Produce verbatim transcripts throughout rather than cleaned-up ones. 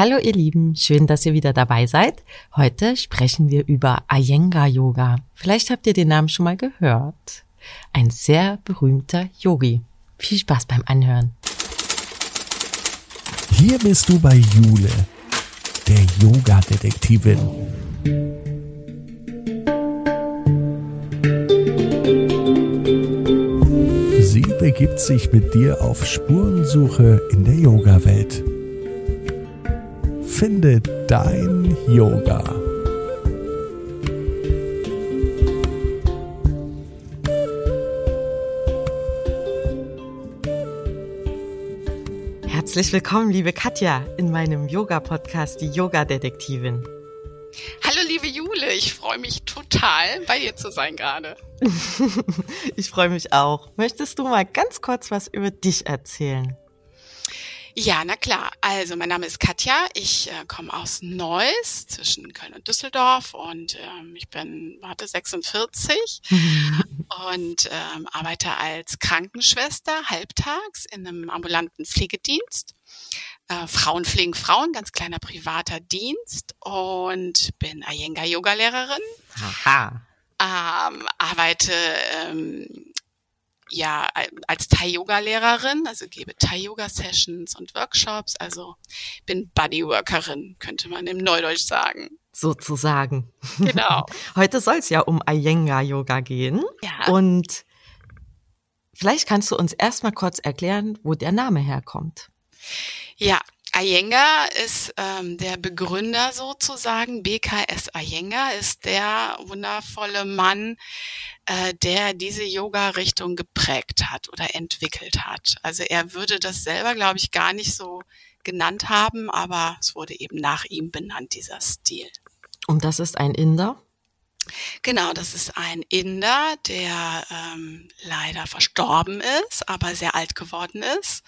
Hallo ihr Lieben, schön, dass ihr wieder dabei seid. Heute sprechen wir über Iyengar-Yoga. Vielleicht habt ihr den Namen schon mal gehört. Ein sehr berühmter Yogi. Viel Spaß beim Anhören. Hier bist du bei Jule, der Yoga-Detektivin. Sie begibt sich mit dir auf Spurensuche in der Yoga-Welt. Finde dein Yoga. Herzlich willkommen, liebe Katja, in meinem Yoga-Podcast, die Yoga-Detektivin. Hallo, liebe Jule, ich freue mich total, bei dir zu sein gerade. Ich freue mich auch. Möchtest du mal ganz kurz was über dich erzählen? Ja, na klar. Also, mein Name ist Katja. Ich äh, komme aus Neuss zwischen Köln und Düsseldorf und ähm, ich bin, warte, sechsundvierzig und ähm, arbeite als Krankenschwester halbtags in einem ambulanten Pflegedienst. Äh, Frauen pflegen Frauen, ganz kleiner privater Dienst und bin Iyengar-Yoga-Lehrerin. Aha. Ähm, arbeite ähm, ja als Thai-Yoga-Lehrerin, also gebe Thai-Yoga-Sessions und Workshops, also bin Bodyworkerin, könnte man im Neudeutsch sagen. Sozusagen. Genau. Heute soll es ja um Iyengar-Yoga gehen. Ja. Und vielleicht kannst du uns erstmal kurz erklären, wo der Name herkommt. Ja, Iyengar ist ähm, der Begründer sozusagen. B K S Iyengar ist der wundervolle Mann, äh, der diese Yoga-Richtung geprägt hat oder entwickelt hat. Also er würde das selber, glaube ich, gar nicht so genannt haben, aber es wurde eben nach ihm benannt, dieser Stil. Und das ist ein Inder? Genau, das ist ein Inder, der ähm, leider verstorben ist, aber sehr alt geworden ist.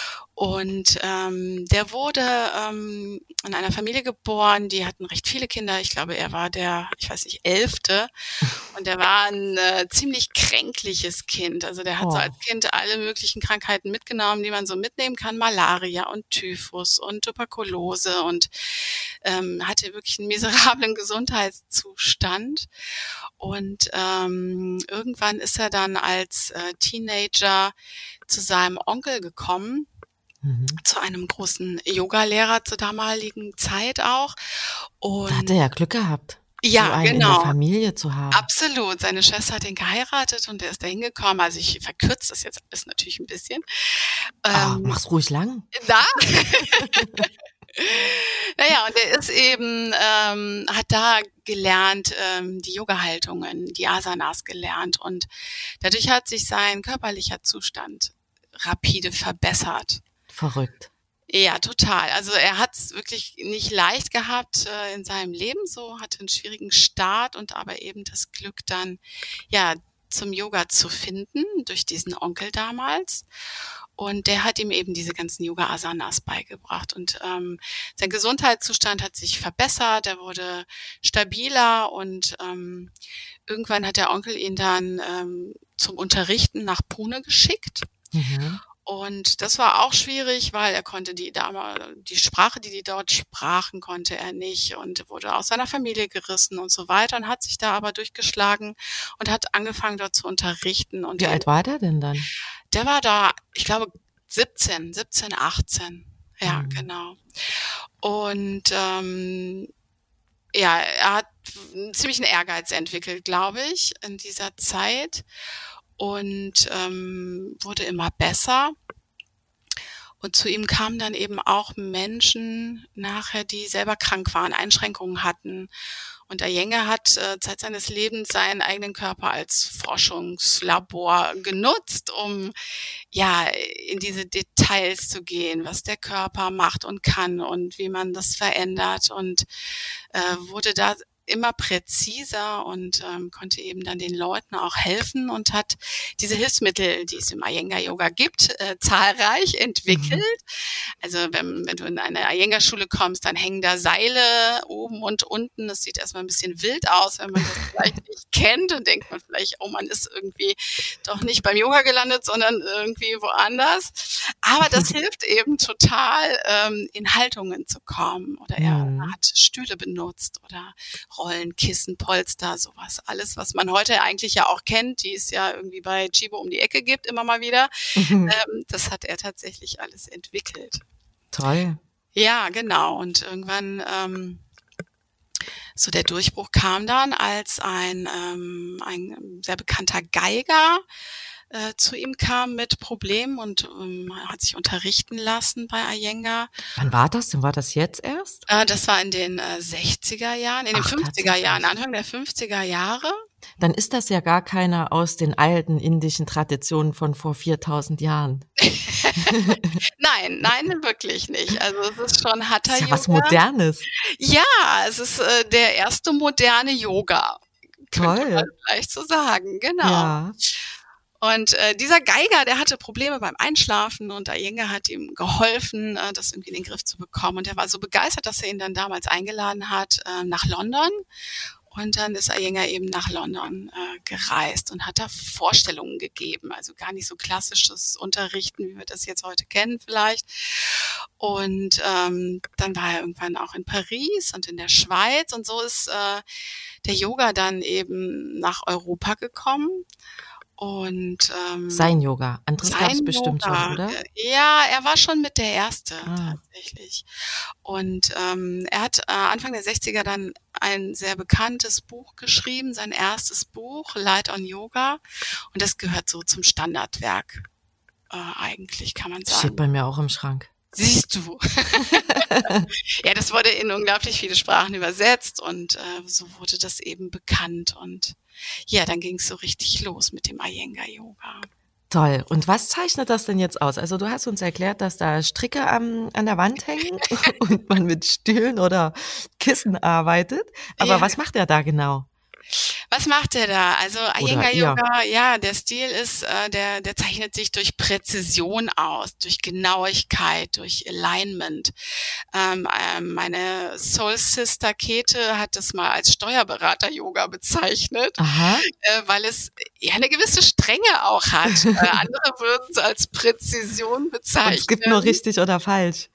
Und ähm, der wurde ähm, in einer Familie geboren, die hatten recht viele Kinder. Ich glaube, er war der, ich weiß nicht, elfte. Und er war ein äh, ziemlich kränkliches Kind. Also der hat Oh. so als Kind alle möglichen Krankheiten mitgenommen, die man so mitnehmen kann. Malaria und Typhus und Tuberkulose und ähm, hatte wirklich einen miserablen Gesundheitszustand. Und ähm, irgendwann ist er dann als äh, Teenager zu seinem Onkel gekommen, Mhm. zu einem großen Yoga-Lehrer zur damaligen Zeit auch. Und Da hat er ja Glück gehabt, ja, so einen genau. in der Familie zu haben. Absolut. Seine Schwester hat ihn geheiratet und er ist da hingekommen. Also ich verkürze das jetzt alles natürlich ein bisschen. Ah, Ähm, mach's ruhig lang. da? Naja, und er ist eben, ähm, hat da gelernt, ähm, die Yoga-Haltungen, die Asanas gelernt und dadurch hat sich sein körperlicher Zustand rapide verbessert. Verrückt. Ja, total. Also er hat es wirklich nicht leicht gehabt äh, in seinem Leben, so hatte einen schwierigen Start und aber eben das Glück dann, ja, zum Yoga zu finden durch diesen Onkel damals. Und der hat ihm eben diese ganzen Yoga-Asanas beigebracht. Und ähm, sein Gesundheitszustand hat sich verbessert, er wurde stabiler und ähm, irgendwann hat der Onkel ihn dann ähm, zum Unterrichten nach Pune geschickt. Mhm. Und das war auch schwierig, weil er konnte die Dame, die Sprache, die die dort sprachen, konnte er nicht und wurde aus seiner Familie gerissen und so weiter und hat sich da aber durchgeschlagen und hat angefangen dort zu unterrichten. Und Wie alt war der denn dann? der war da, ich glaube, siebzehn, siebzehn, achtzehn. Ja, Mhm. genau. Und ähm, ja, er hat einen ziemlichen Ehrgeiz entwickelt, glaube ich, in dieser Zeit und ähm, wurde immer besser. Und zu ihm kamen dann eben auch Menschen nachher, die selber krank waren, Einschränkungen hatten. Und Iyengar hat äh, Zeit seines Lebens seinen eigenen Körper als Forschungslabor genutzt, um ja in diese Details zu gehen, was der Körper macht und kann und wie man das verändert und äh, wurde da immer präziser und ähm, konnte eben dann den Leuten auch helfen und hat diese Hilfsmittel, die es im Iyengar-Yoga gibt, äh, zahlreich entwickelt. Mhm. Also wenn, wenn du in eine Iyengar-Schule kommst, dann hängen da Seile oben und unten. Das sieht erstmal ein bisschen wild aus, wenn man das vielleicht nicht kennt und denkt man vielleicht, oh, man ist irgendwie doch nicht beim Yoga gelandet, sondern irgendwie woanders. Aber das hilft eben total, ähm, in Haltungen zu kommen. Oder er Mhm. hat Stühle benutzt oder Rollen, Kissen, Polster, sowas. Alles, was man heute eigentlich ja auch kennt, die es ja irgendwie bei Chibo um die Ecke gibt, immer mal wieder. Mhm. Ähm, das hat er tatsächlich alles entwickelt. Toll. Ja, genau. Und irgendwann ähm, so der Durchbruch kam dann, als ein, ähm, ein sehr bekannter Geiger äh, zu ihm kam mit Problemen und ähm, hat sich unterrichten lassen bei Iyengar. Wann war das denn? War das jetzt erst? Äh, das war in den äh, sechziger Jahren, in den Ach, fünfziger Jahren, tatsächlich. Anfang der fünfziger Jahre. Dann ist das ja gar keiner aus den alten indischen Traditionen von vor viertausend Jahren. Nein, nein, wirklich nicht. Also es ist schon Hatha Das ist ja Yoga. was Modernes. Ja, es ist äh, der erste moderne Yoga, könnte Toll. man vielleicht so sagen, genau. Ja. Und äh, dieser Geiger, der hatte Probleme beim Einschlafen und Iyengar hat ihm geholfen, äh, das irgendwie in den Griff zu bekommen. Und er war so begeistert, dass er ihn dann damals eingeladen hat äh, nach London. Und dann ist Iyengar eben nach London äh, gereist und hat da Vorstellungen gegeben. Also gar nicht so klassisches Unterrichten, wie wir das jetzt heute kennen vielleicht. Und ähm, dann war er irgendwann auch in Paris und in der Schweiz. Und so ist äh, der Yoga dann eben nach Europa gekommen. Und ähm, Sein Yoga. Anderes gab es sein bestimmt Yoga, schon, oder? äh, ja, er war schon mit der Erste Ah. tatsächlich. Und ähm, er hat äh, Anfang der sechziger dann ein sehr bekanntes Buch geschrieben, sein erstes Buch, Light on Yoga. Und das gehört so zum Standardwerk, äh, eigentlich, kann man Steht sagen. bei mir auch im Schrank. Siehst du. Ja, das wurde in unglaublich viele Sprachen übersetzt und äh, so wurde das eben bekannt. Und ja, dann ging es so richtig los mit dem Iyengar-Yoga. Toll. Und was zeichnet das denn jetzt aus? Also du hast uns erklärt, dass da Stricke am, an der Wand hängen und man mit Stühlen oder Kissen arbeitet. Aber Ja. was macht er da genau? Was macht er da? Also Oder Iyengar-Yoga, ja, der Stil ist, äh, der, der zeichnet sich durch Präzision aus, durch Genauigkeit, durch Alignment. Ähm, ähm, meine Soul Sister Käthe hat das mal als Steuerberater-Yoga bezeichnet, Aha. äh, weil es ja eine gewisse Strenge auch hat. äh, andere würden es als Präzision Und bezeichnen. es gibt nur richtig oder falsch.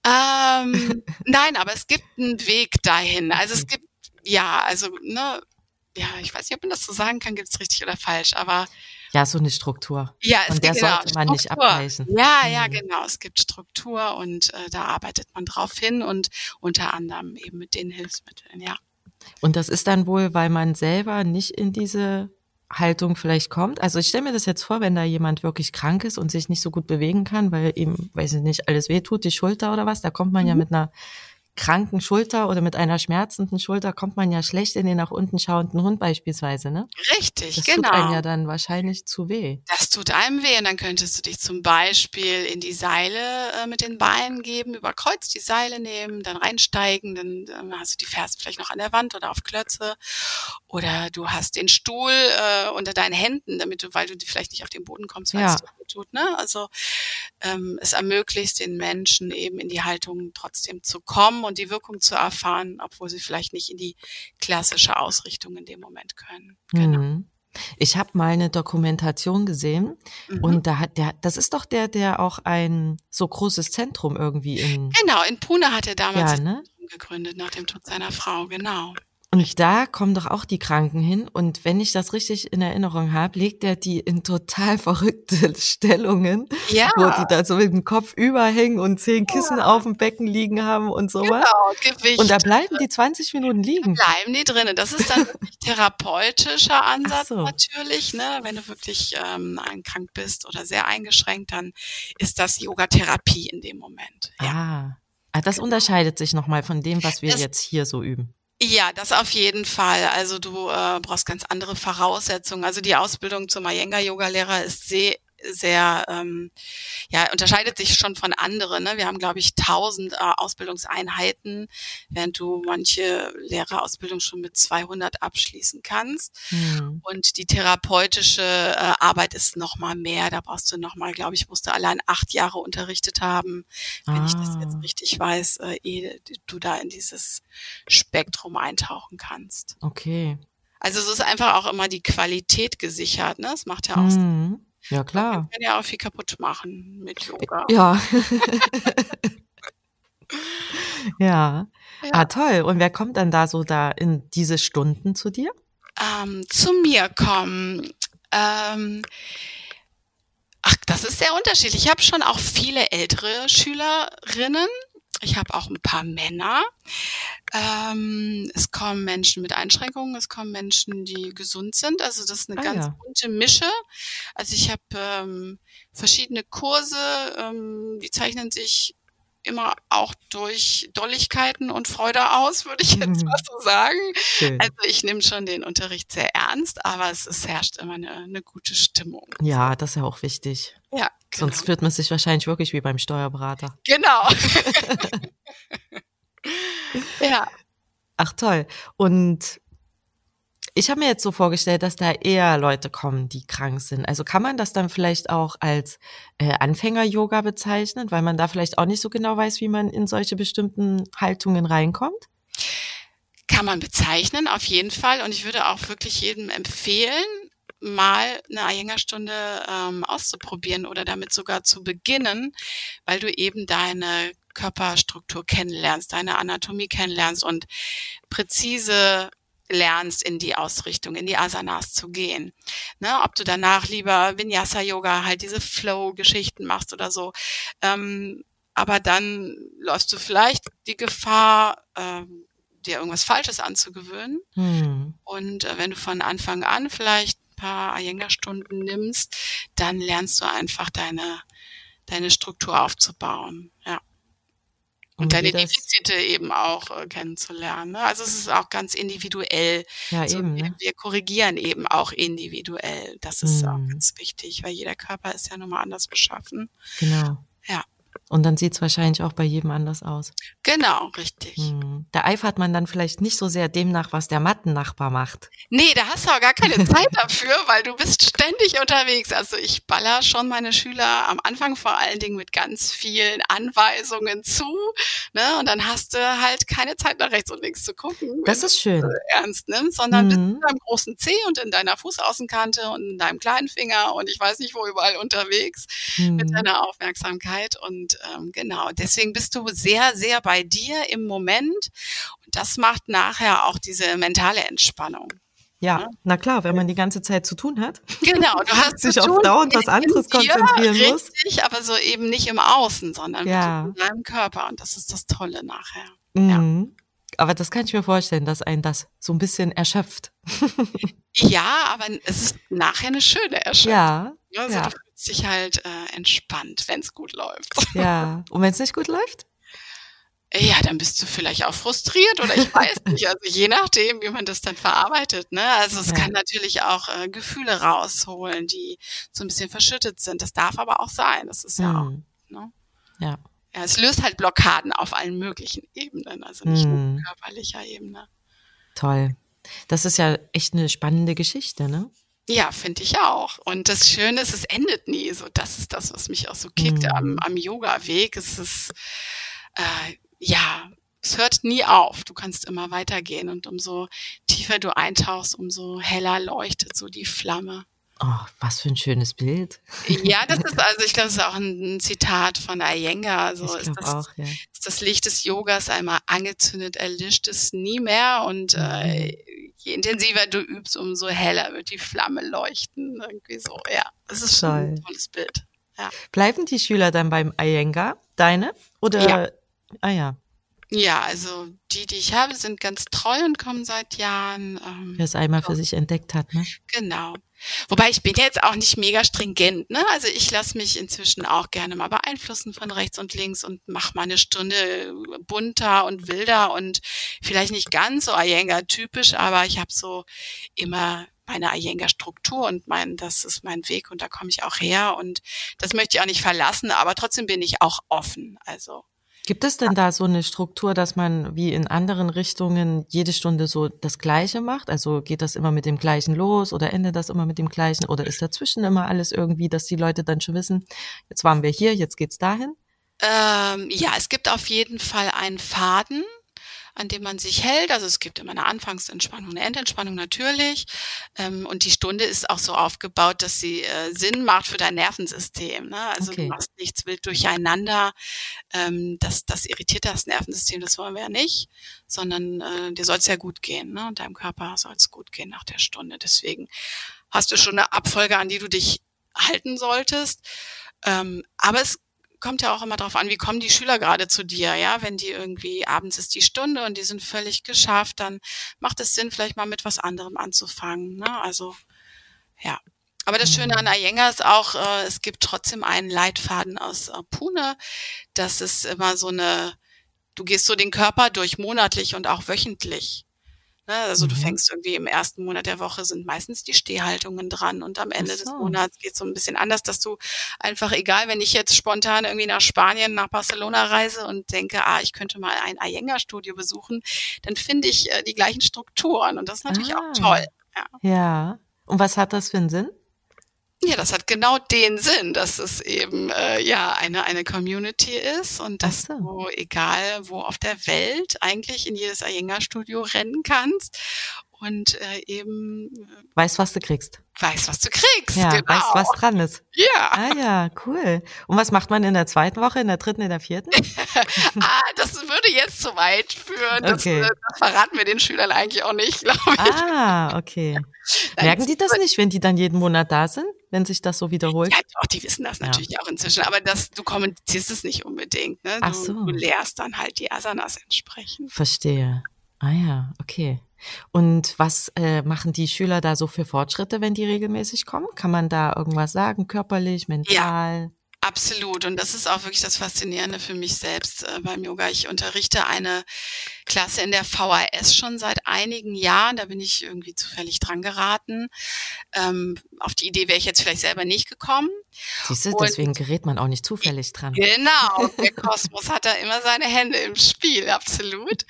Ähm, nein, aber es gibt einen Weg dahin. Also es gibt, ja, also, ne, ja, ich weiß nicht, ob man das so sagen kann, gibt es richtig oder falsch, aber Ja, so eine Struktur. ja, es Von der gibt genau, sollte man nicht Struktur. abweichen. Ja, ja, Mhm. genau, es gibt Struktur und äh, da arbeitet man drauf hin und unter anderem eben mit den Hilfsmitteln, ja. Und das ist dann wohl, weil man selber nicht in diese Haltung vielleicht kommt. Also ich stelle mir das jetzt vor, wenn da jemand wirklich krank ist und sich nicht so gut bewegen kann, weil ihm, weiß ich nicht, alles wehtut, die Schulter oder was, da kommt man ja Mhm. mit einer kranken Schulter oder mit einer schmerzenden Schulter kommt man ja schlecht in den nach unten schauenden Hund beispielsweise, ne? Richtig, Das genau. tut einem ja dann wahrscheinlich zu weh. Das tut einem weh und dann könntest du dich zum Beispiel in die Seile äh, mit den Beinen geben, über Kreuz die Seile nehmen, dann reinsteigen, dann äh, hast du die Fersen vielleicht noch an der Wand oder auf Klötze oder du hast den Stuhl äh, unter deinen Händen, damit du, weil du vielleicht nicht auf den Boden kommst, weil Ja. es dir gut tut, ne? Also ähm, es ermöglicht den Menschen eben in die Haltung trotzdem zu kommen und die Wirkung zu erfahren, obwohl sie vielleicht nicht in die klassische Ausrichtung in dem Moment können. Genau. Mhm. Ich habe mal eine Dokumentation gesehen Mhm. und da hat der, das ist doch der, der auch ein so großes Zentrum irgendwie in, Genau, in Pune hat er damals ja, das ne? Zentrum gegründet, nach dem Tod seiner Frau, genau. Und da kommen doch auch die Kranken hin. Und wenn ich das richtig in Erinnerung habe, legt er die in total verrückte Stellungen, Ja, wo die da so mit dem Kopf überhängen und zehn Kissen auf dem Becken liegen haben und sowas. genau, Gewicht. Und da bleiben die zwanzig Minuten liegen. bleiben die drinnen. Das ist dann wirklich therapeutischer Ansatz Ach so. natürlich, ne? Wenn du wirklich ähm, krank bist oder sehr eingeschränkt, dann ist das Yoga-Therapie in dem Moment. Ja. Ah. Ah, das unterscheidet sich nochmal von dem, was wir Das- jetzt hier so üben. Ja, das auf jeden Fall. Also du äh, brauchst ganz andere Voraussetzungen. Also die Ausbildung zum Iyengar-Yoga-Lehrer ist sehr, sehr, ähm, ja, unterscheidet sich schon von anderen. Ne? Wir haben, glaube ich, tausend äh, Ausbildungseinheiten, während du manche Lehrerausbildung schon mit zweihundert abschließen kannst. Hm. Und die therapeutische äh, Arbeit ist noch mal mehr. Da brauchst du noch mal, glaube ich, musst du allein acht Jahre unterrichtet haben, wenn Ah. ich das jetzt richtig weiß, äh, ehe du da in dieses Spektrum eintauchen kannst. Okay. Also es ist einfach auch immer die Qualität gesichert, ne? Das macht ja auch Sinn. Hm. Ja, klar. Man kann ja auch viel kaputt machen mit Yoga. Ja. ja. Ja. Ah, toll. Und wer kommt dann da so da in diese Stunden zu dir? Ähm, zu mir kommen. Ähm, ach, das ist sehr unterschiedlich. Ich habe schon auch viele ältere Schülerinnen. Ich habe auch ein paar Männer. Ähm, es kommen Menschen mit Einschränkungen, es kommen Menschen, die gesund sind. Also das ist eine Ah, ganz ja. bunte Mische. Also ich habe ähm, verschiedene Kurse, ähm, die zeichnen sich immer auch durch Dolligkeiten und Freude aus, würde ich jetzt mal so sagen. Schön. Also ich nehme schon den Unterricht sehr ernst, aber es, es herrscht immer eine, eine gute Stimmung. Ja, das ist ja auch wichtig. Ja, genau. Sonst fühlt man sich wahrscheinlich wirklich wie beim Steuerberater. Genau. Ja. Ach toll. Und ich habe mir jetzt so vorgestellt, dass da eher Leute kommen, die krank sind. Also kann man das dann vielleicht auch als äh, Anfänger-Yoga bezeichnen, weil man da vielleicht auch nicht so genau weiß, wie man in solche bestimmten Haltungen reinkommt? Kann man bezeichnen, auf jeden Fall. Und ich würde auch wirklich jedem empfehlen, mal eine Iyengar-Stunde ähm, auszuprobieren oder damit sogar zu beginnen, weil du eben deine Körperstruktur kennenlernst, deine Anatomie kennenlernst und präzise lernst, in die Ausrichtung, in die Asanas zu gehen. Ne, ob du danach lieber Vinyasa-Yoga, halt diese Flow-Geschichten machst oder so. Ähm, aber dann läufst du vielleicht die Gefahr, ähm, dir irgendwas Falsches anzugewöhnen. Hm. Und äh, wenn du von Anfang an vielleicht ein paar Iyengar-Stunden nimmst, dann lernst du einfach deine, deine Struktur aufzubauen. Ja. Und, und deine Defizite eben auch äh, kennenzulernen. Ne? Also es ist auch ganz individuell. Ja, so, eben. wir, Ne? wir korrigieren eben auch individuell. Das ist Hm. auch ganz wichtig, weil jeder Körper ist ja nun mal anders beschaffen. Genau. Ja. Und dann sieht es wahrscheinlich auch bei jedem anders aus. Genau, richtig. Hm. Da eifert man dann vielleicht nicht so sehr dem nach, was der Mattennachbar macht. Nee, da hast du auch gar keine Zeit dafür, weil du bist ständig unterwegs. Also ich baller schon meine Schüler am Anfang vor allen Dingen mit ganz vielen Anweisungen zu. Ne? Und dann hast du halt keine Zeit nach rechts und links zu gucken. Das ist schön. Wenn du das ernst nimmst, sondern Mhm. bist in deinem großen Zeh und in deiner Fußaußenkante und in deinem kleinen Finger und ich weiß nicht wo überall unterwegs Mhm. mit deiner Aufmerksamkeit. Und ähm, genau, deswegen bist du sehr, sehr bei dir im Moment. Und das macht nachher auch diese mentale Entspannung. Ja, Ja. na klar, wenn man die ganze Zeit zu tun hat. Genau, du hast Sich zu auf tun dauernd in- was anderes in dir, konzentrieren muss. Richtig, aber so eben nicht im Außen, sondern Ja. wirklich in deinem Körper. Und das ist das Tolle nachher. Mhm. Aber das kann ich mir vorstellen, dass einen das so ein bisschen erschöpft. Ja, aber es ist nachher eine schöne Erschöpfung. Ja, Also ja. du fühlst dich halt äh, entspannt, wenn es gut läuft. ja. Und wenn es nicht gut läuft? Ja, dann bist du vielleicht auch frustriert oder ich weiß nicht. Also je nachdem, wie man das dann verarbeitet. Ne? Also es Ja. kann natürlich auch äh, Gefühle rausholen, die so ein bisschen verschüttet sind. Das darf aber auch sein. Das ist ja auch. Mhm. Ne? Ja. Ja, es löst halt Blockaden auf allen möglichen Ebenen, also nicht nur Mhm. auf körperlicher Ebene. Toll. Das ist ja echt eine spannende Geschichte, ne? Ja, finde ich auch. Und das Schöne ist, es endet nie. So, das ist das, was mich auch so kickt Mhm. am, am Yoga-Weg. Es ist, äh, ja, es hört nie auf. Du kannst immer weitergehen und umso tiefer du eintauchst, umso heller leuchtet so die Flamme. Oh, was für ein schönes Bild. Ja, das ist also, ich glaube, das ist auch ein, ein Zitat von Iyengar. Also Ich ist glaube das, auch, ja. ist das Licht des Yogas einmal angezündet, erlischt es nie mehr. Und äh, je intensiver du übst, umso heller wird die Flamme leuchten. Irgendwie so, ja. Das ist schon ein Toll. tolles Bild. Ja. Bleiben die Schüler dann beim Iyengar, deine? Oder? Ja. Ah ja, Ja, also die, die ich habe, sind ganz treu und kommen seit Jahren. Ähm, wer es einmal für sich entdeckt hat, ne? Genau. Wobei ich bin jetzt auch nicht mega stringent, ne? Also ich lasse mich inzwischen auch gerne mal beeinflussen von rechts und links und mache mal eine Stunde bunter und wilder und vielleicht nicht ganz so Iyengar-typisch, aber ich habe so immer meine Iyengar-Struktur und mein, das ist mein Weg und da komme ich auch her und das möchte ich auch nicht verlassen, aber trotzdem bin ich auch offen. Also Gibt es denn da so eine Struktur, dass man wie in anderen Richtungen jede Stunde so das Gleiche macht? Also geht das immer mit dem Gleichen los oder endet das immer mit dem Gleichen oder ist dazwischen immer alles irgendwie, dass die Leute dann schon wissen, jetzt waren wir hier, jetzt geht's dahin? Ähm, ja, es gibt auf jeden Fall einen Faden, an dem man sich hält. Also es gibt immer eine Anfangsentspannung, eine Endentspannung natürlich. Ähm, und die Stunde ist auch so aufgebaut, dass sie äh, Sinn macht für dein Nervensystem. Ne? Also Okay. du machst nichts wild durcheinander. Ähm, das, das irritiert das Nervensystem, das wollen wir ja nicht, sondern äh, dir soll es ja gut gehen. Ne? Und deinem Körper soll es gut gehen nach der Stunde. Deswegen hast du schon eine Abfolge, an die du dich halten solltest. Ähm, aber es kommt ja auch immer darauf an, wie kommen die Schüler gerade zu dir, ja, wenn die irgendwie, abends ist die Stunde und die sind völlig geschafft, dann macht es Sinn, vielleicht mal mit was anderem anzufangen, ne, also, ja. Aber das Schöne an Iyengar ist auch, äh, es gibt trotzdem einen Leitfaden aus äh, Pune, das ist immer so eine, du gehst so den Körper durch monatlich und auch wöchentlich. Ne, also du Mhm. fängst irgendwie im ersten Monat der Woche sind meistens die Stehhaltungen dran und am Ende Ach des so. Monats geht es so ein bisschen anders, dass du einfach, egal, wenn ich jetzt spontan irgendwie nach Spanien, nach Barcelona reise und denke, ah, ich könnte mal ein Iyengar-Studio besuchen, dann finde ich äh, die gleichen Strukturen und das ist natürlich auch Ah, toll. Ja. ja. Und was hat das für einen Sinn? Ja, das hat genau den Sinn, dass es eben äh, ja eine eine Community ist und Ach dass so. du, egal wo auf der Welt, eigentlich in jedes Iyengar-Studio rennen kannst und äh, eben äh, Weißt, was du kriegst. weißt, was du kriegst. Ja, Genau. weißt, was dran ist. Ja. Ah ja, cool. Und was macht man in der zweiten Woche, in der dritten, in der vierten? ah, das würde jetzt zu weit führen. Das, Okay. äh, das verraten wir den Schülern eigentlich auch nicht, glaube ich. Ah, okay. Nein, Merken die das nicht, wenn die dann jeden Monat da sind, wenn sich das so wiederholt? Ja, doch, die wissen das Ja. natürlich auch inzwischen, aber das, du kommunizierst es nicht unbedingt. Ne? Du, Ach so. du lehrst dann halt die Asanas entsprechend. Verstehe. Ah ja, okay. Und was äh, machen die Schüler da so für Fortschritte, wenn die regelmäßig kommen? Kann man da irgendwas sagen, körperlich, mental? Absolut. Und das ist auch wirklich das Faszinierende für mich selbst äh, beim Yoga. Ich unterrichte eine Klasse in der V H S schon seit einigen Jahren. Da bin ich irgendwie zufällig dran geraten. Ähm, auf die Idee wäre ich jetzt vielleicht selber nicht gekommen. Siehst du, Und- deswegen gerät man auch nicht zufällig dran. Genau, der Kosmos hat da immer seine Hände im Spiel, absolut.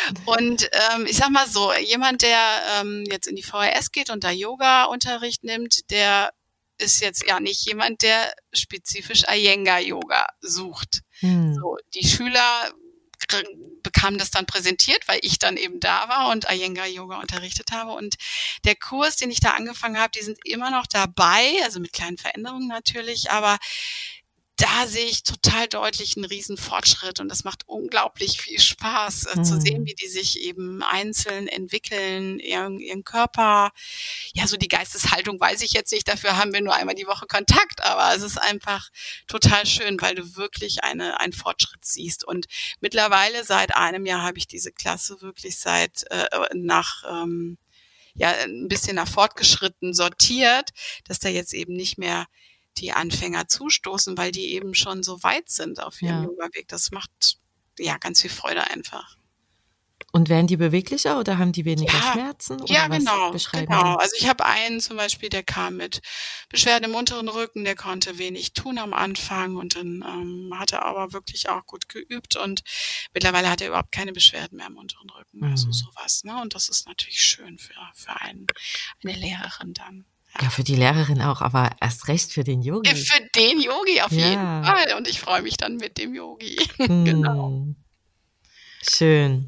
Und ähm, ich sag mal so, jemand, der ähm, jetzt in die V H S geht und da Yoga-Unterricht nimmt, der ist jetzt ja nicht jemand, der spezifisch Iyengar-Yoga sucht. Hm. So, die Schüler kr- bekamen das dann präsentiert, weil ich dann eben da war und Iyengar-Yoga unterrichtet habe. Und der Kurs, den ich da angefangen habe, die sind immer noch dabei, also mit kleinen Veränderungen natürlich, aber da sehe ich total deutlich einen riesen Fortschritt und das macht unglaublich viel Spaß, äh, zu Hm. sehen, wie die sich eben einzeln entwickeln, ihren, ihren Körper. Ja, so die Geisteshaltung weiß ich jetzt nicht, dafür haben wir nur einmal die Woche Kontakt, aber es ist einfach total schön, weil du wirklich eine, einen Fortschritt siehst. Und mittlerweile seit einem Jahr habe ich diese Klasse wirklich seit äh, nach ähm, ja ein bisschen nach fortgeschritten sortiert, dass da jetzt eben nicht mehr die Anfänger zustoßen, weil die eben schon so weit sind auf ihrem Ja. Yoga-Weg. Das macht ja ganz viel Freude einfach. Und werden die beweglicher oder haben die weniger Ja, Schmerzen? Oder Ja, was genau, beschreiben genau. die? Also ich habe einen zum Beispiel, der kam mit Beschwerden im unteren Rücken, der konnte wenig tun am Anfang und dann ähm, hat er aber wirklich auch gut geübt und mittlerweile hat er überhaupt keine Beschwerden mehr im unteren Rücken, also Mhm. sowas. Ne? Und das ist natürlich schön für, für einen, eine Lehrerin dann. Ja, für die Lehrerin auch, aber erst recht für den Yogi. Für den Yogi auf Ja. jeden Fall und ich freue mich dann mit dem Yogi. Hm. Genau. Schön.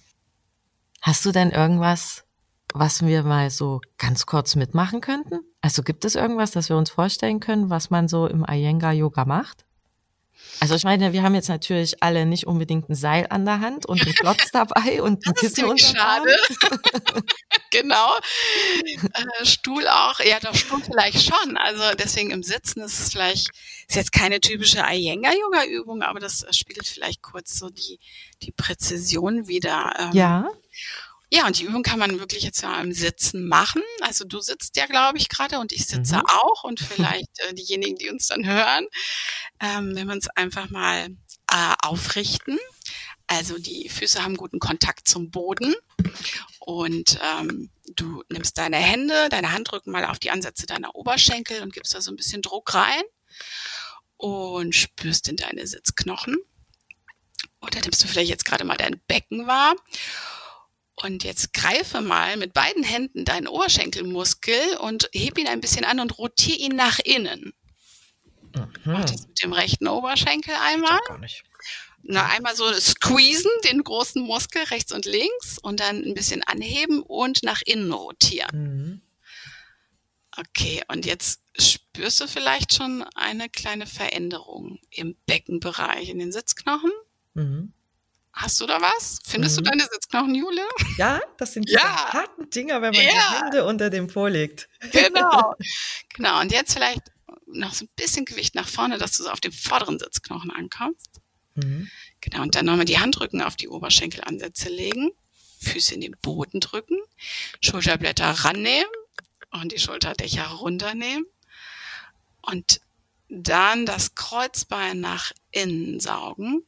Hast du denn irgendwas, was wir mal so ganz kurz mitmachen könnten? Also gibt es irgendwas, das wir uns vorstellen können, was man so im Iyengar-Yoga macht? Also ich meine, wir haben jetzt natürlich alle nicht unbedingt ein Seil an der Hand und einen Klotz dabei und ein Das ist Kissen ziemlich unterm Arm. schade. Genau. Äh, Stuhl auch. Ja, doch, Stuhl vielleicht schon. Also deswegen im Sitzen ist es vielleicht, ist jetzt keine typische Iyengar-Yoga-Übung, aber das äh, spiegelt vielleicht kurz so die, die Präzision wieder. Ähm, Ja, Ja, und die Übung kann man wirklich jetzt ja im Sitzen machen. Also du sitzt ja, glaube ich, gerade und ich sitze Mhm. auch und vielleicht äh, diejenigen, die uns dann hören, ähm, wenn wir uns einfach mal äh, aufrichten. Also die Füße haben guten Kontakt zum Boden Und ähm, du nimmst deine Hände, deine Handrücken mal auf die Ansätze deiner Oberschenkel und gibst da so ein bisschen Druck rein und spürst in deine Sitzknochen. Oder nimmst du vielleicht jetzt gerade mal dein Becken wahr. Und jetzt greife mal mit beiden Händen deinen Oberschenkelmuskel und heb ihn ein bisschen an und rotiere ihn nach innen. Mhm. Mach das mit dem rechten Oberschenkel einmal. Gar nicht. Na, einmal so squeezen, den großen Muskel rechts und links und dann ein bisschen anheben und nach innen rotieren. Mhm. Okay, und jetzt spürst du vielleicht schon eine kleine Veränderung im Beckenbereich, in den Sitzknochen. Mhm. Hast du da was? Findest Mhm. du deine Sitzknochen, Jule? Ja, das sind diese Ja. harten Dinger, wenn man Ja. die Hände unter dem vorlegt. Genau. Genau, und jetzt vielleicht noch so ein bisschen Gewicht nach vorne, dass du so auf den vorderen Sitzknochen ankommst. Mhm. Genau, und dann nochmal die Handrücken auf die Oberschenkelansätze legen, Füße in den Boden drücken, Schulterblätter rannehmen und die Schulterdächer runternehmen und dann das Kreuzbein nach innen saugen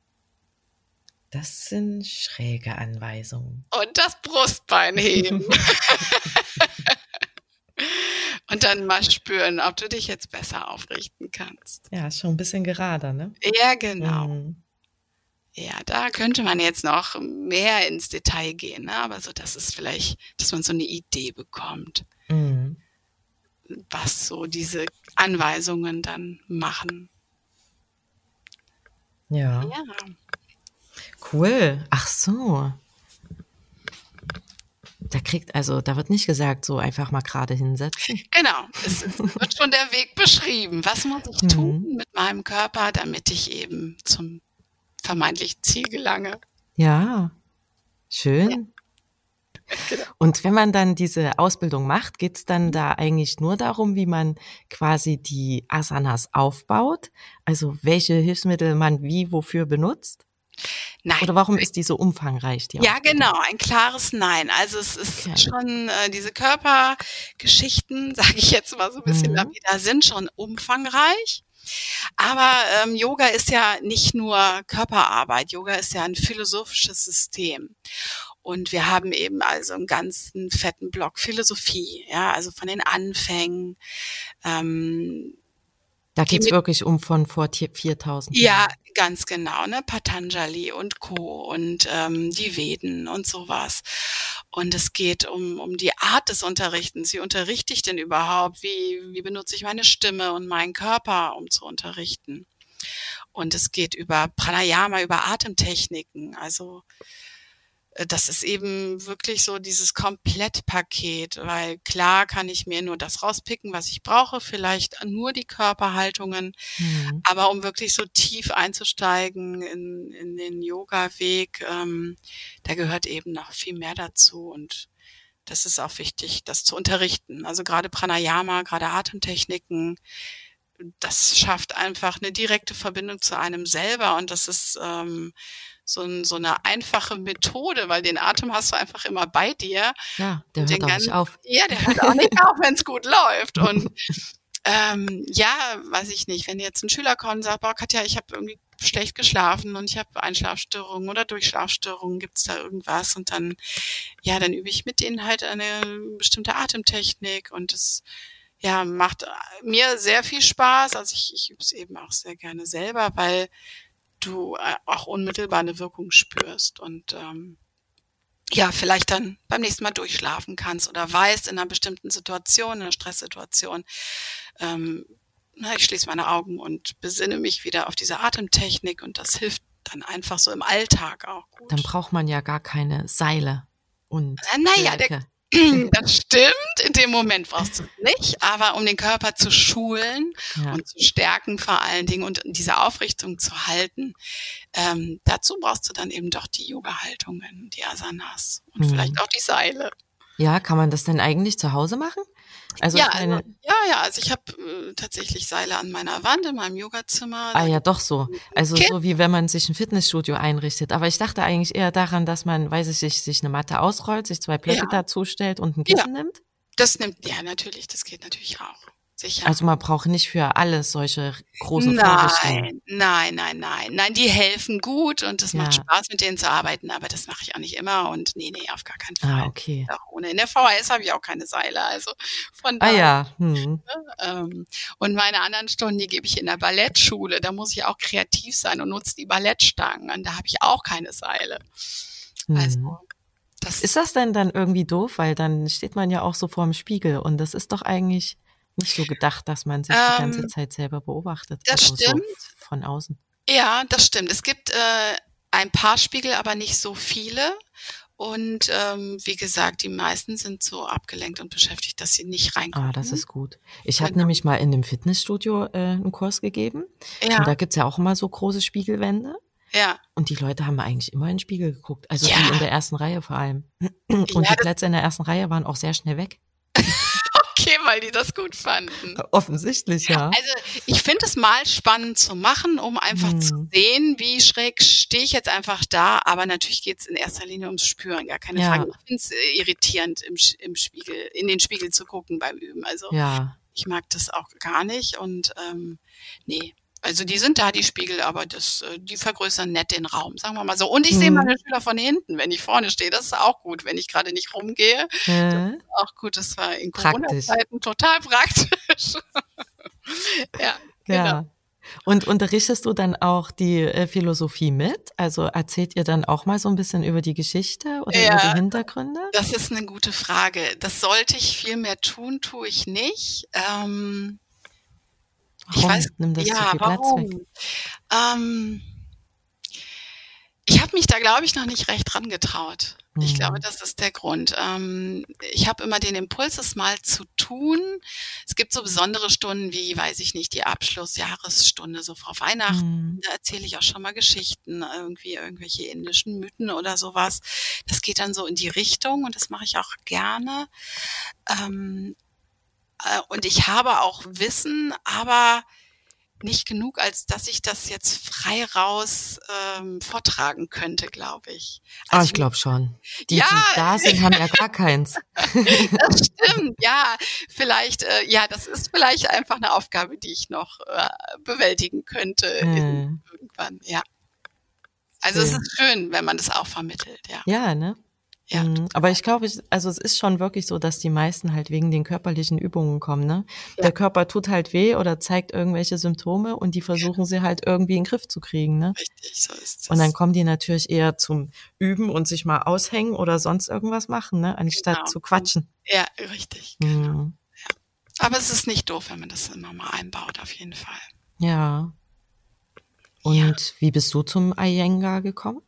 Das sind schräge Anweisungen. und das Brustbein heben. Und dann mal spüren, ob du dich jetzt besser aufrichten kannst. Ja, ist schon ein bisschen gerader, ne? Ja, genau. Mhm. Ja, da könnte man jetzt noch mehr ins Detail gehen, ne? Aber so, dass es vielleicht, dass man so eine Idee bekommt, Mhm. was so diese Anweisungen dann machen. Ja, Ja, cool. Ach so. Da kriegt, also, da wird nicht gesagt, so einfach mal gerade hinsetzen. genau. Es, es wird schon der Weg beschrieben. Was muss ich Mhm. tun mit meinem Körper, damit ich eben zum vermeintlichen Ziel gelange? Ja, schön. Genau. Und wenn man dann diese Ausbildung macht, geht's dann da eigentlich nur darum, wie man quasi die Asanas aufbaut? Also welche Hilfsmittel man wie wofür benutzt? Nein. Oder warum ist die so umfangreich, die Ja, Ausbildung? genau, ein klares Nein. Also es ist Okay. schon, äh, diese Körpergeschichten, sage ich jetzt mal so ein bisschen Mhm. lapidar, sind schon umfangreich. Aber ähm, Yoga ist ja nicht nur Körperarbeit. Yoga ist ja ein philosophisches System. Und wir haben eben also einen ganzen fetten Block Philosophie, ja, also von den Anfängen. Ähm, Da die geht's mit- wirklich um von vor viertausend ja, Jahren. ganz genau, ne? Patanjali und Co. und ähm, die Veden und sowas. Und es geht um, um die Art des Unterrichtens. Wie unterrichte ich denn überhaupt? Wie, wie benutze ich meine Stimme und meinen Körper, um zu unterrichten? Und es geht über Pranayama, über Atemtechniken. Also äh, das ist eben wirklich so dieses Komplettpaket, weil klar kann ich mir nur das rauspicken, was ich brauche, vielleicht nur die Körperhaltungen, Mhm. aber um wirklich so tief einzusteigen in, in den Yoga-Weg, ähm, da gehört eben noch viel mehr dazu und das ist auch wichtig, das zu unterrichten. Also gerade Pranayama, gerade Atemtechniken, das schafft einfach eine direkte Verbindung zu einem selber und das ist ähm, so, ein, so eine einfache Methode, weil den Atem hast du einfach immer bei dir. Ja, der Und hört den auch gan- nicht auf. Ja, der hört auch nicht auf, wenn es gut läuft. Und ähm, ja, weiß ich nicht, wenn jetzt ein Schüler kommt und sagt, boah Katja, ich habe irgendwie schlecht geschlafen und ich habe Einschlafstörungen oder Durchschlafstörungen, gibt's da irgendwas? Und dann, ja, dann übe ich mit denen halt eine bestimmte Atemtechnik und das ja, macht mir sehr viel Spaß. Also ich, ich übe es eben auch sehr gerne selber, weil du äh, auch unmittelbar eine Wirkung spürst und ähm, ja, vielleicht dann beim nächsten Mal durchschlafen kannst oder weißt in einer bestimmten Situation, in einer Stresssituation, ähm, na, ich schließe meine Augen und besinne mich wieder auf diese Atemtechnik und das hilft dann einfach so im Alltag auch gut. Dann braucht man ja gar keine Seile und Äh, naja, der- Blöcke. Das stimmt, in dem Moment brauchst du es nicht, aber um den Körper zu schulen Ja. und zu stärken vor allen Dingen und diese Aufrichtung zu halten, ähm, dazu brauchst du dann eben doch die Yoga-Haltungen, die Asanas und Mhm. vielleicht auch die Seile. Ja, kann man das denn eigentlich zu Hause machen? Also ja, ich meine, also, ja, ja, also ich habe äh, tatsächlich Seile an meiner Wand in meinem Yogazimmer. ah ja, doch so. Also Okay. so wie wenn man sich ein Fitnessstudio einrichtet. Aber ich dachte eigentlich eher daran, dass man, weiß ich nicht, sich eine Matte ausrollt, sich zwei Blöcke Ja. dazu stellt und ein Kissen nimmt. Das nimmt, ja, natürlich, das geht natürlich auch. sicher. Also man braucht nicht für alles solche große Vorrichtungen. Nein, nein, nein, nein. Nein, die helfen gut und es macht Ja. Spaß, mit denen zu arbeiten, aber das mache ich auch nicht immer und nee, nee, auf gar keinen Fall. Ah, okay. Auch ohne. In der V H S habe ich auch keine Seile, also von Ah daher. ja. Hm. Ähm, und meine anderen Stunden, die gebe ich in der Ballettschule. Da muss ich auch kreativ sein und nutze die Ballettstangen. Und da habe ich auch keine Seile. Hm. Also, das Ist das denn dann irgendwie doof? Weil dann steht man ja auch so vorm Spiegel und das ist doch eigentlich nicht so gedacht, dass man sich die ganze ähm, Zeit selber beobachtet. das Also so stimmt. von außen. Ja, das stimmt. Es gibt äh, ein paar Spiegel, aber nicht so viele. Und ähm, wie gesagt, die meisten sind so abgelenkt und beschäftigt, dass sie nicht reingucken. Ah, das ist gut. Ich habe Genau. nämlich mal in einem Fitnessstudio äh, einen Kurs gegeben und Ja, da gibt's ja auch immer so große Spiegelwände ja. und die Leute haben eigentlich immer in den Spiegel geguckt. Also Ja. die in der ersten Reihe vor allem. Und Ja, die das- Plätze in der ersten Reihe waren auch sehr schnell weg. Okay, weil die das gut fanden. Offensichtlich, ja. Also ich finde es mal spannend zu machen, um einfach Hm. zu sehen, wie schräg stehe ich jetzt einfach da. Aber natürlich geht es in erster Linie ums Spüren, gar keine Ja. Frage. Ich finde es äh, irritierend, im, Sch- im Spiegel, in den Spiegel zu gucken beim Üben. Also Ja. ich mag das auch gar nicht. Und ähm, nee, also die sind da, die Spiegel, aber das, äh, die vergrößern nett den Raum, sagen wir mal so. Und ich sehe Mhm. meine Schüler von hinten, wenn ich vorne stehe. Das ist auch gut, wenn ich gerade nicht rumgehe. Äh, Auch gut, das war in Praktisch. Corona-Zeiten total praktisch. Ja, genau. Ja. Und unterrichtest du dann auch die äh, Philosophie mit? Also erzählt ihr dann auch mal so ein bisschen über die Geschichte oder über Ja. die Hintergründe? Das ist eine gute Frage. Das sollte ich viel mehr tun, tue ich nicht. Ähm, ich Warum weiß, nimmt das zu ja, viel Platz weg? warum? Ähm, ich habe mich da, glaube ich, noch nicht recht dran getraut. Ich Hm. glaube, das ist der Grund. Ähm, ich habe immer den Impuls, es mal zu tun. Es gibt so besondere Stunden wie, weiß ich nicht, die Abschlussjahresstunde, so vor Weihnachten. Hm. Da erzähle ich auch schon mal Geschichten, irgendwie irgendwelche indischen Mythen oder sowas. Das geht dann so in die Richtung und das mache ich auch gerne. Ähm, äh, und ich habe auch Wissen, aber nicht genug, als dass ich das jetzt frei raus ähm, vortragen könnte, glaube ich. Ah, Also ich glaube schon. Die, Ja. die da sind, haben ja gar keins. das stimmt, ja. Vielleicht, äh, ja, das ist vielleicht einfach eine Aufgabe, die ich noch äh, bewältigen könnte in, Hm. irgendwann, ja. Also es Schön. ist schön, wenn man das auch vermittelt, ja. Ja, ne? Ja. Mhm. Aber ich glaube, ich- also es ist schon wirklich so, dass die meisten halt wegen den körperlichen Übungen kommen, ne? Ja. Der Körper tut halt weh oder zeigt irgendwelche Symptome und die versuchen sie halt irgendwie in den Griff zu kriegen, ne? Richtig, so ist es. Und dann kommen die natürlich eher zum Üben und sich mal aushängen oder sonst irgendwas machen, ne? Anstatt Genau. zu quatschen. Ja, richtig. Mhm. Aber es ist nicht doof, wenn man das immer mal einbaut, auf jeden Fall. Ja. Und Ja. wie bist du zum Iyengar gekommen?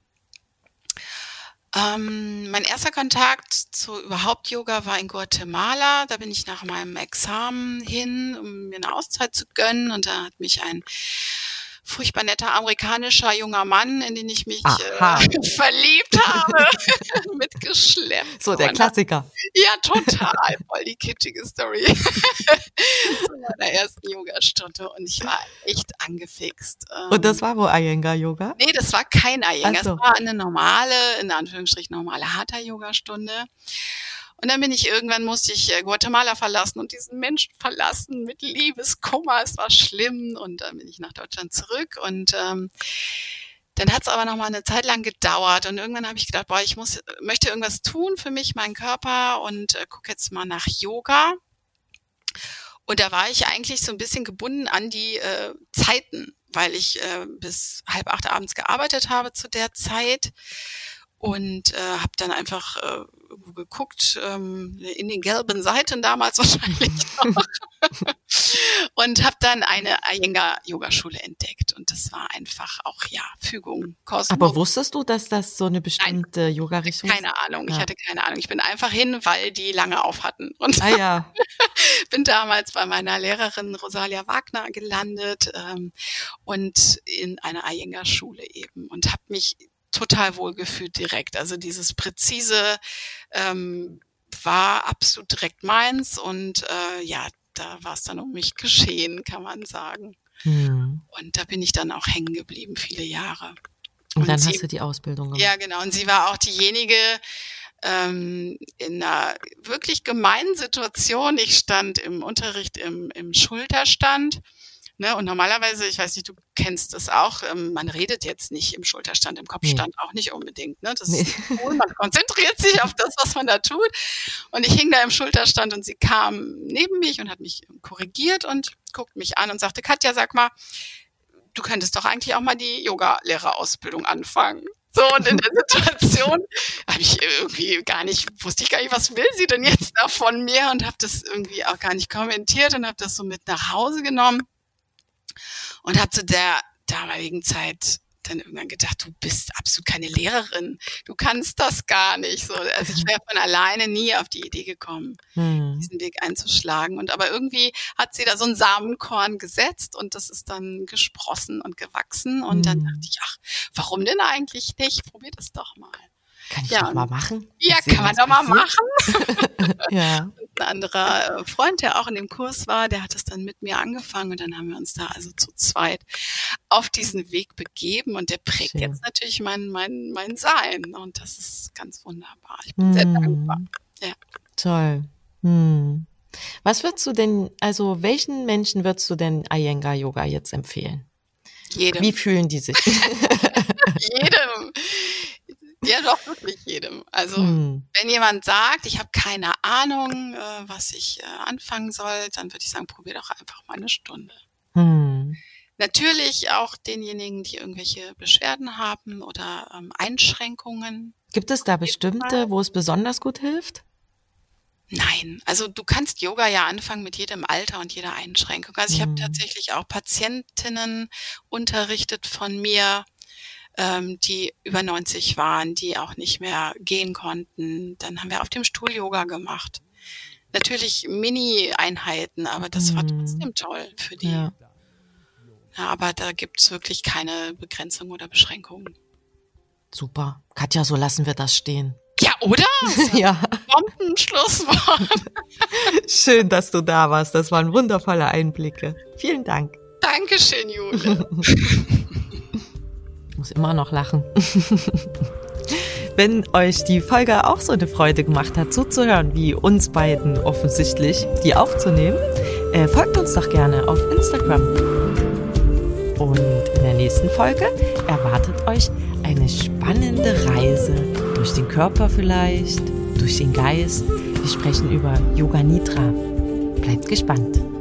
Ähm, mein erster Kontakt zu überhaupt Yoga war in Guatemala. Da bin ich nach meinem Examen hin, um mir eine Auszeit zu gönnen. Und da hat mich ein furchtbar netter amerikanischer junger Mann, in den ich mich Aha. äh, verliebt habe, mitgeschleppt. So, der Und Klassiker. Ja, total. Voll die kitschige Story. Zu meiner ersten Yogastunde. Und ich war echt angefixt. Und das Ähm, war wo Iyengar-Yoga? Nee, das war kein Iyengar. Ach so. Das war eine normale, in Anführungsstrichen normale Hatha-Yoga-Stunde. Und dann bin ich irgendwann, musste ich äh, Guatemala verlassen und diesen Menschen verlassen mit Liebeskummer. Es war schlimm. Und dann bin ich nach Deutschland zurück. Und ähm, dann hat es aber noch mal eine Zeit lang gedauert. Und irgendwann habe ich gedacht, boah, ich muss, möchte irgendwas tun für mich, meinen Körper und äh, gucke jetzt mal nach Yoga. Und da war ich eigentlich so ein bisschen gebunden an die äh, Zeiten, weil ich äh, bis halb acht abends gearbeitet habe zu der Zeit und äh, habe dann einfach äh, irgendwo geguckt, ähm, in den gelben Seiten damals wahrscheinlich noch und habe dann eine Iyengar-Yogaschule entdeckt und das war einfach auch, ja, Fügung, Kosmos. Aber wusstest du, dass das so eine bestimmte Yoga-Richtung ist? Keine Ahnung, ich Ja. hatte keine Ahnung. Ich bin einfach hin, weil die lange auf hatten. Und Ah ja. bin damals bei meiner Lehrerin Rosalia Wagner gelandet ähm, und in einer Iyengar-Schule eben und habe mich total wohl gefühlt direkt. Also dieses präzise ähm, war absolut direkt meins und äh, ja, da war es dann um mich geschehen, kann man sagen. Hm. Und da bin ich dann auch hängen geblieben, viele Jahre. Und dann sie- hast du die Ausbildung gemacht. Ja, genau. Und sie war auch diejenige, ähm, in einer wirklich gemeinen Situation. Ich stand im Unterricht im, im Schulterstand. Ne, und normalerweise, ich weiß nicht, du kennst das auch, ähm, man redet jetzt nicht im Schulterstand, im Kopfstand nee. auch nicht unbedingt. Ne? Das nee. ist cool, man konzentriert sich auf das, was man da tut. Und ich hing da im Schulterstand und sie kam neben mich und hat mich korrigiert und guckt mich an und sagte, Katja, sag mal, du könntest doch eigentlich auch mal die Yoga-Lehrerausbildung anfangen. So, und in der Situation habe ich irgendwie gar nicht, wusste ich gar nicht, was will sie denn jetzt da von mir und habe das irgendwie auch gar nicht kommentiert und habe das so mit nach Hause genommen. Und habe zu der damaligen Zeit dann irgendwann gedacht, du bist absolut keine Lehrerin. Du kannst das gar nicht. So, also ich wäre von alleine nie auf die Idee gekommen, hm. diesen Weg einzuschlagen. Und aber irgendwie hat sie da so ein Samenkorn gesetzt und das ist dann gesprossen und gewachsen. Und hm. dann dachte ich, ach, warum denn eigentlich nicht? Probier das doch mal. Kann ich ja, doch mal machen? Ja, kann man doch mal machen. Ja. Ein anderer Freund, der auch in dem Kurs war, der hat es dann mit mir angefangen und dann haben wir uns da also zu zweit auf diesen Weg begeben und der prägt Schön. Jetzt natürlich mein, mein, mein Sein und das ist ganz wunderbar. Ich bin hm. sehr dankbar. Ja. Toll. Hm. Was würdest du denn, also welchen Menschen würdest du denn Iyengar Yoga jetzt empfehlen? Jedem. Wie fühlen die sich? Jedem. Ja, doch, wirklich jedem. Also, hm. wenn jemand sagt, ich habe keine Ahnung, äh, was ich äh, anfangen soll, dann würde ich sagen, probier doch einfach mal eine Stunde. Hm. Natürlich auch denjenigen, die irgendwelche Beschwerden haben oder ähm, Einschränkungen. Gibt es da bestimmte, wo es besonders gut hilft? Nein, also du kannst Yoga ja anfangen mit jedem Alter und jeder Einschränkung. Also ich hm. habe tatsächlich auch Patientinnen unterrichtet von mir, die über neunzig waren, die auch nicht mehr gehen konnten. Dann haben wir auf dem Stuhl Yoga gemacht. Natürlich Mini-Einheiten, aber das mm. war trotzdem toll für die. Ja. Ja, aber da gibt's wirklich keine Begrenzung oder Beschränkungen. Super. Katja, so lassen wir das stehen. Ja, oder? Ja. Bombenschlusswort. Schön, dass du da warst. Das waren wundervolle Einblicke. Vielen Dank. Dankeschön, Jule. Ich muss immer noch lachen. Wenn euch die Folge auch so eine Freude gemacht hat, zuzuhören, wie uns beiden offensichtlich, die aufzunehmen, äh, folgt uns doch gerne auf Instagram. Und in der nächsten Folge erwartet euch eine spannende Reise durch den Körper vielleicht, durch den Geist. Wir sprechen über Yoga Nidra. Bleibt gespannt.